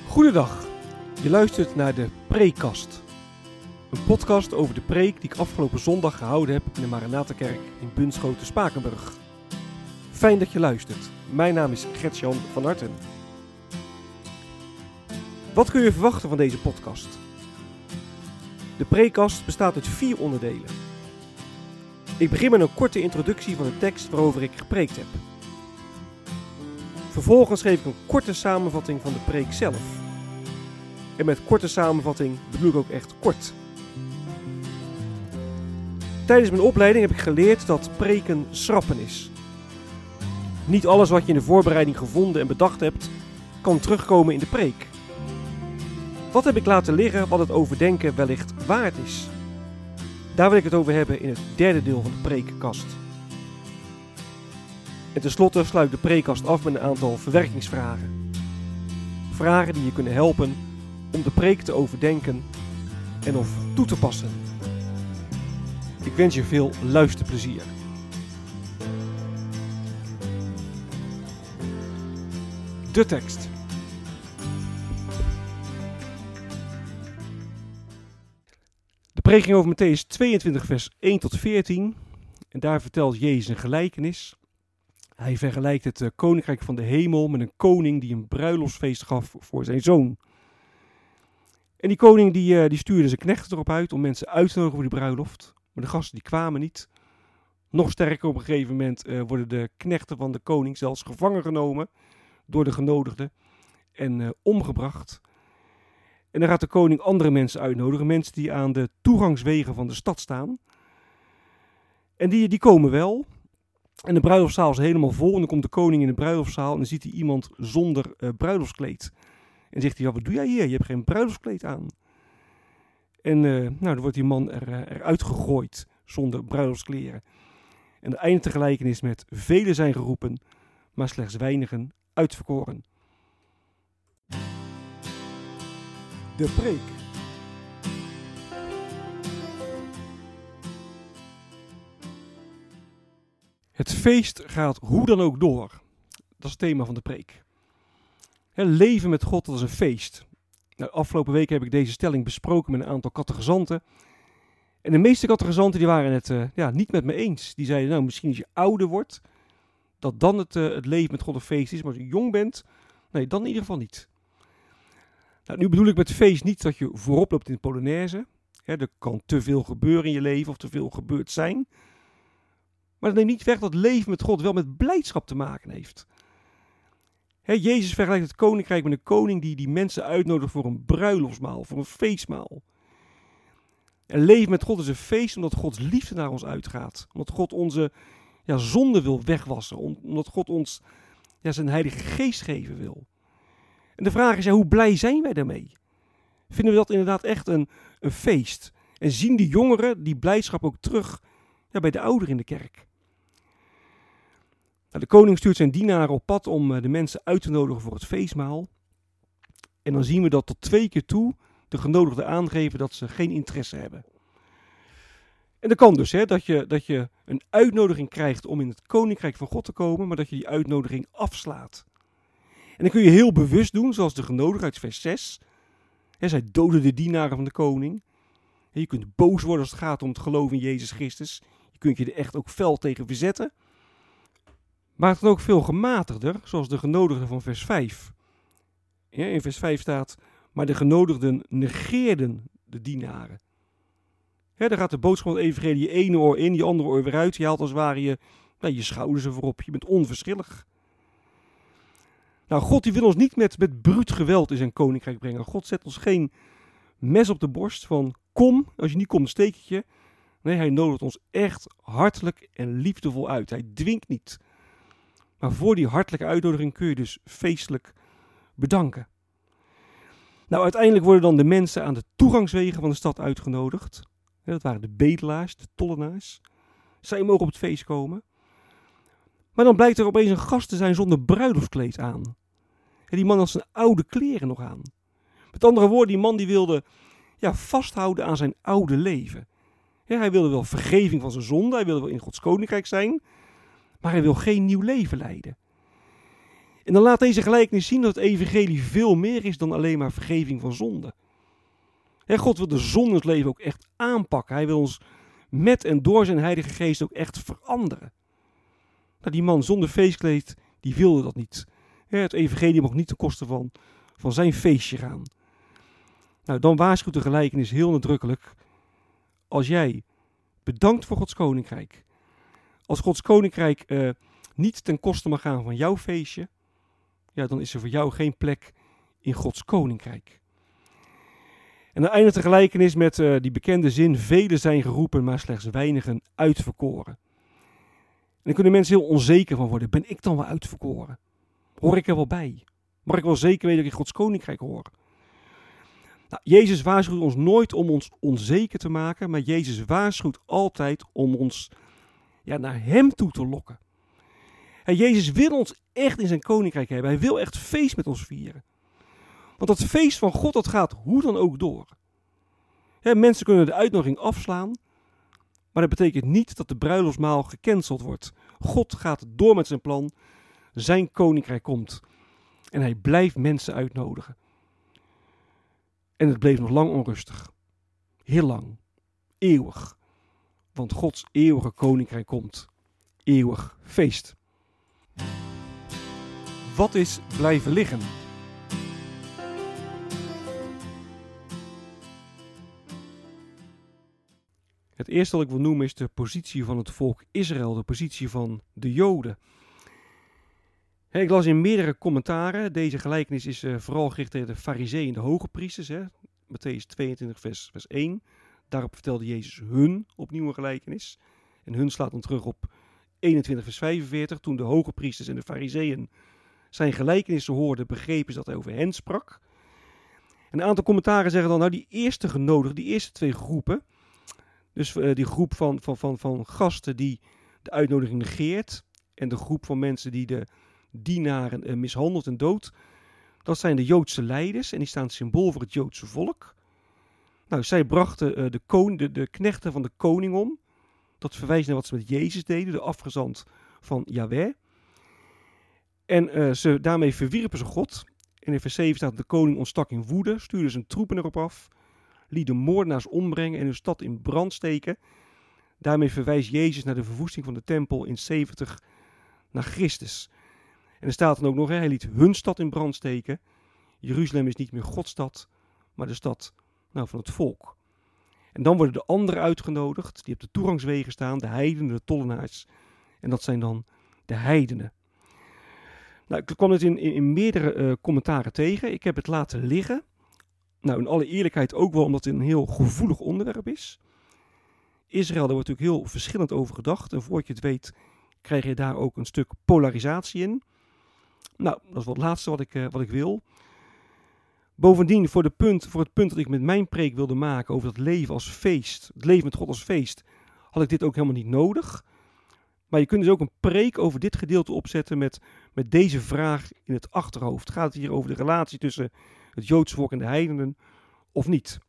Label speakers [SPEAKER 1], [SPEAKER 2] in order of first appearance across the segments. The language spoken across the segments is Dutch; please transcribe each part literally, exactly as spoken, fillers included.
[SPEAKER 1] Goedendag, je luistert naar de Preekkast. Een podcast over de preek die ik afgelopen zondag gehouden heb in de Maranathakerk in Bunschoten-Spakenburg. Fijn dat je luistert. Mijn naam is Gert-Jan van Harten. Wat kun je verwachten van deze podcast? De Preekkast bestaat uit vier onderdelen. Ik begin met een korte introductie van de tekst waarover ik gepreekt heb. Vervolgens geef ik een korte samenvatting van de preek zelf. En met korte samenvatting bedoel ik ook echt kort. Tijdens mijn opleiding heb ik geleerd dat preken schrappen is. Niet alles wat je in de voorbereiding gevonden en bedacht hebt, kan terugkomen in de preek. Wat heb ik laten liggen wat het overdenken wellicht waard is? Daar wil ik het over hebben in het derde deel van de preekkast. En tenslotte sluit ik de preekkast af met een aantal verwerkingsvragen. Vragen die je kunnen helpen om de preek te overdenken en of toe te passen. Ik wens je veel luisterplezier. De tekst. De preek ging over Mattheüs tweeëntwintig vers één tot veertien. En daar vertelt Jezus een gelijkenis. Hij vergelijkt het uh, koninkrijk van de hemel met een koning die een bruiloftsfeest gaf voor zijn zoon. En die koning die, uh, die stuurde zijn knechten erop uit om mensen uit te nodigen voor die bruiloft. Maar de gasten die kwamen niet. Nog sterker, op een gegeven moment uh, worden de knechten van de koning zelfs gevangen genomen door de genodigden en uh, omgebracht. En dan gaat de koning andere mensen uitnodigen, mensen die aan de toegangswegen van de stad staan. En die, die komen wel. En de bruiloftszaal is helemaal vol. En dan komt de koning in de bruiloftszaal en dan ziet hij iemand zonder uh, bruiloftskleed. En zegt hij, ja, wat doe jij hier? Je hebt geen bruiloftskleed aan. En uh, nou, dan wordt die man er, uh, eruit gegooid zonder bruiloftskleren. En het eindigt de gelijkenis met, velen zijn geroepen, maar slechts weinigen uitverkoren. De preek. Het feest gaat hoe dan ook door. Dat is het thema van de preek. He, leven met God, dat is een feest. Nou, afgelopen week heb ik deze stelling besproken met een aantal catechizanten. En de meeste catechizanten die waren het uh, ja, niet met me eens. Die zeiden, nou misschien als je ouder wordt, dat dan het, uh, het leven met God een feest is. Maar als je jong bent, nee, dan in ieder geval niet. Nou, nu bedoel ik met feest niet dat je voorop loopt in de Polonaise. He, er kan te veel gebeuren in je leven of te veel gebeurd zijn. Maar dat neemt niet weg dat leven met God wel met blijdschap te maken heeft. He, Jezus vergelijkt het koninkrijk met een koning die die mensen uitnodigt voor een bruiloftsmaal, voor een feestmaal. En leven met God is een feest omdat Gods liefde naar ons uitgaat. Omdat God onze ja, zonde wil wegwassen. Omdat God ons ja, zijn heilige geest geven wil. En de vraag is, ja, hoe blij zijn wij daarmee? Vinden we dat inderdaad echt een, een feest? En zien de jongeren die blijdschap ook terug ja, bij de ouderen in de kerk? Nou, de koning stuurt zijn dienaren op pad om uh, de mensen uit te nodigen voor het feestmaal. En dan zien we dat tot twee keer toe de genodigden aangeven dat ze geen interesse hebben. En dat kan dus, hè, dat je, dat je een uitnodiging krijgt om in het koninkrijk van God te komen, maar dat je die uitnodiging afslaat. En dan kun je heel bewust doen, zoals de genodigden uit vers zes. Hè, zij doden de dienaren van de koning. En je kunt boos worden als het gaat om het geloof in Jezus Christus. Je kunt je er echt ook fel tegen verzetten. Maar het kan ook veel gematigder, zoals de genodigden van vers vijf. Ja, in vers vijf staat, maar de genodigden negeerden de dienaren. Ja, daar gaat de boodschap van het evangelie je ene oor in, je andere oor weer uit. Je haalt als het ware je, nou, je schouders ervoor op. Je bent onverschillig. Nou, God die wil ons niet met, met bruut geweld in zijn koninkrijk brengen. God zet ons geen mes op de borst van kom, als je niet komt steek ik je. Nee, hij nodigt ons echt hartelijk en liefdevol uit. Hij dwingt niet. Maar voor die hartelijke uitnodiging kun je dus feestelijk bedanken. Nou, uiteindelijk worden dan de mensen aan de toegangswegen van de stad uitgenodigd. Dat waren de bedelaars, de tollenaars. Zij mogen op het feest komen. Maar dan blijkt er opeens een gast te zijn zonder bruiloftskleed aan. En die man had zijn oude kleren nog aan. Met andere woorden, die man die wilde ja, vasthouden aan zijn oude leven. Ja, hij wilde wel vergeving van zijn zonde, hij wilde wel in Gods koninkrijk zijn, maar hij wil geen nieuw leven leiden. En dan laat deze gelijkenis zien dat het evangelie veel meer is dan alleen maar vergeving van zonde. He, God wil de zonde in het leven ook echt aanpakken. Hij wil ons met en door zijn Heilige Geest ook echt veranderen. Nou, die man zonder feestkleed, die wilde dat niet. He, het evangelie mocht niet ten koste van, van zijn feestje gaan. Nou, dan waarschuwt de gelijkenis heel nadrukkelijk. Als jij bedankt voor Gods koninkrijk. Als Gods koninkrijk uh, niet ten koste mag gaan van jouw feestje. Ja, dan is er voor jou geen plek in Gods koninkrijk. En dan eindigt de gelijkenis met uh, die bekende zin. Velen zijn geroepen, maar slechts weinigen uitverkoren. En dan kunnen mensen heel onzeker van worden. Ben ik dan wel uitverkoren? Hoor ik er wel bij? Mag ik wel zeker weten dat ik in Gods koninkrijk hoor? Nou, Jezus waarschuwt ons nooit om ons onzeker te maken, maar Jezus waarschuwt altijd om ons ja, naar hem toe te lokken. En Jezus wil ons echt in zijn koninkrijk hebben. Hij wil echt feest met ons vieren. Want dat feest van God, dat gaat hoe dan ook door. Ja, mensen kunnen de uitnodiging afslaan, maar dat betekent niet dat de bruiloftsmaal gecanceld wordt. God gaat door met zijn plan. Zijn koninkrijk komt. En hij blijft mensen uitnodigen. En het bleef nog lang onrustig. Heel lang. Eeuwig. Want Gods eeuwige koninkrijk komt. Eeuwig feest. Wat is blijven liggen? Het eerste wat ik wil noemen is de positie van het volk Israël. De positie van de Joden. He, ik las in meerdere commentaren. Deze gelijkenis is uh, vooral gericht tegen de farizeeën en de hoge priesters. Hè. Mattheüs tweeëntwintig vers, vers één. Daarop vertelde Jezus hun opnieuw een gelijkenis. En hun slaat dan terug op eenentwintig vers vijfenveertig. Toen de hoge priesters en de farizeeën zijn gelijkenissen hoorden, begrepen ze dat hij over hen sprak. En een aantal commentaren zeggen dan, nou die eerste genodigden, die eerste twee groepen. Dus uh, die groep van, van, van, van gasten die de uitnodiging negeert. En de groep van mensen die de dienaren uh, mishandelt en dood. Dat zijn de Joodse leiders en die staan symbool voor het Joodse volk. Nou, zij brachten uh, de, kon, de, de knechten van de koning om. Dat verwijst naar wat ze met Jezus deden, de afgezant van Yahweh. En uh, ze, daarmee verwierpen ze God. En in vers zeven staat, de koning ontstak in woede, stuurde zijn troepen erop af, liet de moordenaars ombrengen en hun stad in brand steken. Daarmee verwijst Jezus naar de verwoesting van de tempel in zeventig na Christus. En er staat dan ook nog, hè, hij liet hun stad in brand steken. Jeruzalem is niet meer Gods stad, maar de stad nou, van het volk. En dan worden de anderen uitgenodigd, die op de toegangswegen staan, de heidenen, de tollenaars. En dat zijn dan de heidenen. Nou, ik kwam het in, in, in meerdere uh, commentaren tegen. Ik heb het laten liggen. Nou, in alle eerlijkheid ook wel omdat het een heel gevoelig onderwerp is. Israël, daar wordt natuurlijk heel verschillend over gedacht. En voordat je het weet, krijg je daar ook een stuk polarisatie in. Nou, dat is wel het laatste wat ik, uh, wat ik wil. Bovendien, voor, de punt, voor het punt dat ik met mijn preek wilde maken over het leven als feest, het leven met God als feest, had ik dit ook helemaal niet nodig. Maar je kunt dus ook een preek over dit gedeelte opzetten met, met deze vraag in het achterhoofd. Gaat het hier over de relatie tussen het Joodse volk en de heidenen of niet?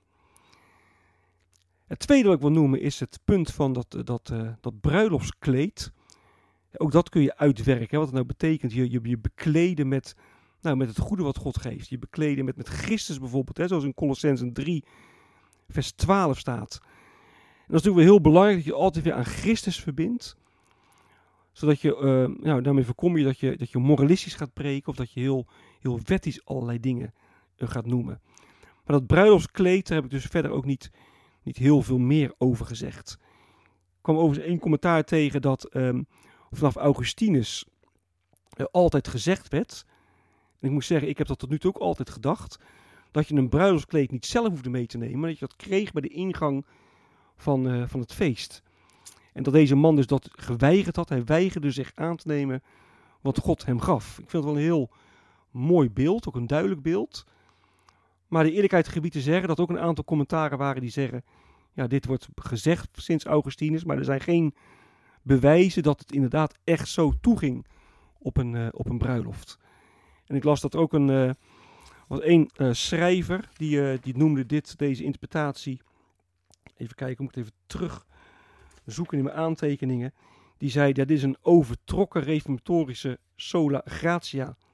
[SPEAKER 1] Het tweede wat ik wil noemen is het punt van dat, dat, uh, dat bruiloftskleed. Ook dat kun je uitwerken. Hè, wat het nou betekent. Je, je, je bekleden met, nou, met het goede wat God geeft. Je bekleden met, met Christus bijvoorbeeld. Hè, zoals in Colossenzen drie vers twaalf staat. En dat is natuurlijk wel heel belangrijk dat je altijd weer aan Christus verbindt. Zodat je, uh, nou, daarmee voorkom je dat, je dat je moralistisch gaat preken. Of dat je heel, heel wettisch allerlei dingen uh, gaat noemen. Maar dat bruiloftskleed, daar heb ik dus verder ook niet, niet heel veel meer over gezegd. Ik kwam overigens één commentaar tegen dat um, vanaf Augustinus uh, altijd gezegd werd. En ik moet zeggen, ik heb dat tot nu toe ook altijd gedacht. Dat je een bruiloftskleed niet zelf hoefde mee te nemen. Maar dat je dat kreeg bij de ingang van, uh, van het feest. En dat deze man dus dat geweigerd had. Hij weigerde zich aan te nemen wat God hem gaf. Ik vind het wel een heel mooi beeld. Ook een duidelijk beeld. Maar de eerlijkheid gebied te zeggen dat ook een aantal commentaren waren die zeggen, ja, dit wordt gezegd sinds Augustinus, maar er zijn geen bewijzen dat het inderdaad echt zo toeging op een, uh, op een bruiloft. En ik las dat ook een, uh, was één uh, schrijver, die, uh, die noemde dit, deze interpretatie, even kijken, moet ik even terug zoeken in mijn aantekeningen, die zei, ja, dit is een overtrokken reformatorische sola gratia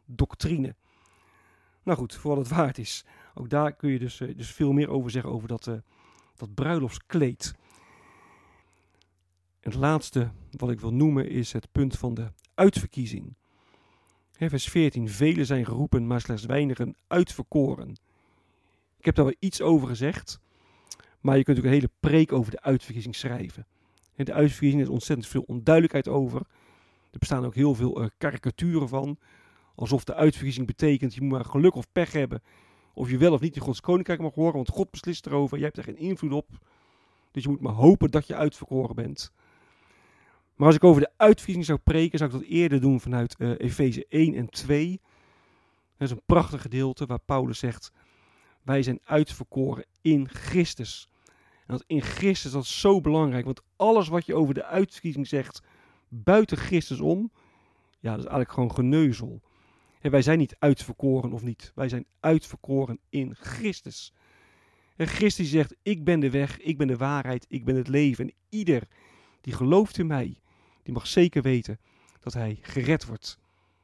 [SPEAKER 1] doctrine. Nou goed, voor wat het waard is. Ook daar kun je dus, uh, dus veel meer over zeggen over dat, uh, dat bruiloftskleed. En het laatste wat ik wil noemen is het punt van de uitverkiezing. He, vers veertien. Velen zijn geroepen, maar slechts weinigen uitverkoren. Ik heb daar wel iets over gezegd. Maar je kunt ook een hele preek over de uitverkiezing schrijven. He, de uitverkiezing is ontzettend veel onduidelijkheid over. Er bestaan ook heel veel uh, karikaturen van. Alsof de uitverkiezing betekent, je moet maar geluk of pech hebben. Of je wel of niet in Gods koninkrijk mag horen. Want God beslist erover. Jij hebt er geen invloed op. Dus je moet maar hopen dat je uitverkoren bent. Maar als ik over de uitverkiezing zou preken, zou ik dat eerder doen vanuit uh, Efeze één en twee. Dat is een prachtig gedeelte waar Paulus zegt, wij zijn uitverkoren in Christus. En dat in Christus, dat is zo belangrijk. Want alles wat je over de uitverkiezing zegt, buiten Christus om, ja, dat is eigenlijk gewoon geneuzel. En wij zijn niet uitverkoren of niet. Wij zijn uitverkoren in Christus. En Christus zegt, ik ben de weg, ik ben de waarheid, ik ben het leven. En ieder die gelooft in mij, die mag zeker weten dat hij gered wordt.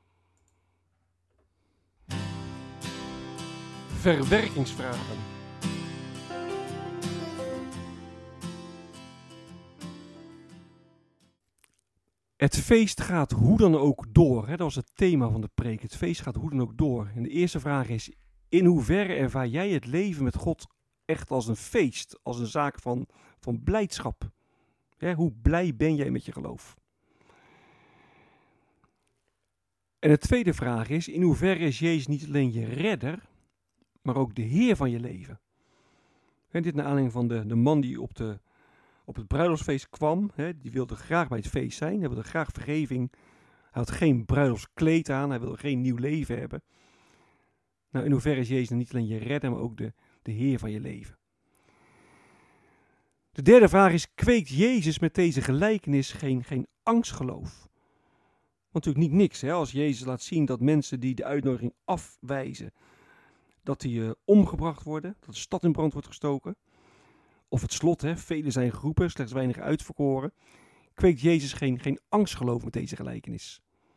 [SPEAKER 1] Verwerkingsvragen. Het feest gaat hoe dan ook door. Hè? Dat was het thema van de preek. Het feest gaat hoe dan ook door. En de eerste vraag is, in hoeverre ervaar jij het leven met God echt als een feest? Als een zaak van, van blijdschap? Hè? Hoe blij ben jij met je geloof? En de tweede vraag is, in hoeverre is Jezus niet alleen je redder, maar ook de Heer van je leven? En dit naar aanleiding van de, de man die op, de, op het bruiloftsfeest kwam. Hè, die wilde graag bij het feest zijn. Hij wilde graag vergeving. Hij had geen bruiloftskleed aan. Hij wilde geen nieuw leven hebben. Nou, in hoeverre is Jezus niet alleen je redder, maar ook de, de Heer van je leven? De derde vraag is, kweekt Jezus met deze gelijkenis geen, geen angstgeloof? Want natuurlijk niet niks, hè, als Jezus laat zien dat mensen die de uitnodiging afwijzen, dat die uh, omgebracht worden, dat de stad in brand wordt gestoken. Of het slot, hè, velen zijn geroepen, slechts weinig uitverkoren. Kweekt Jezus geen, geen angstgeloof met deze gelijkenis?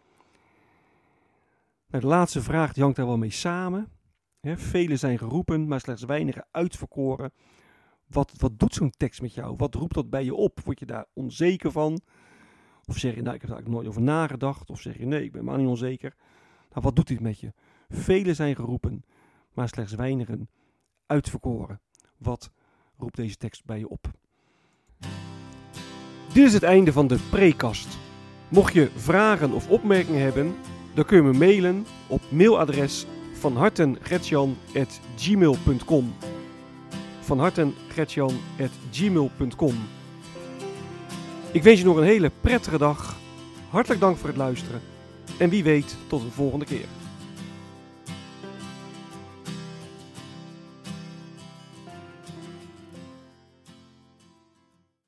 [SPEAKER 1] Nou, de laatste vraag die hangt daar wel mee samen. Hè, velen zijn geroepen, maar slechts weinigen uitverkoren. Wat, wat doet zo'n tekst met jou? Wat roept dat bij je op? Word je daar onzeker van? Of zeg je, nou, ik heb er eigenlijk nooit over nagedacht. Of zeg je, nee, ik ben maar niet onzeker. Nou, wat doet dit met je? Velen zijn geroepen, maar slechts weinigen uitverkoren. Wat roept deze tekst bij je op? Dit is het einde van de preekkast. Mocht je vragen of opmerkingen hebben, dan kun je me mailen op mailadres van harten gertjan at gmail punt com. van harten gertjan at gmail punt com. Ik wens je nog een hele prettige dag. Hartelijk dank voor het luisteren. En wie weet, tot een volgende keer.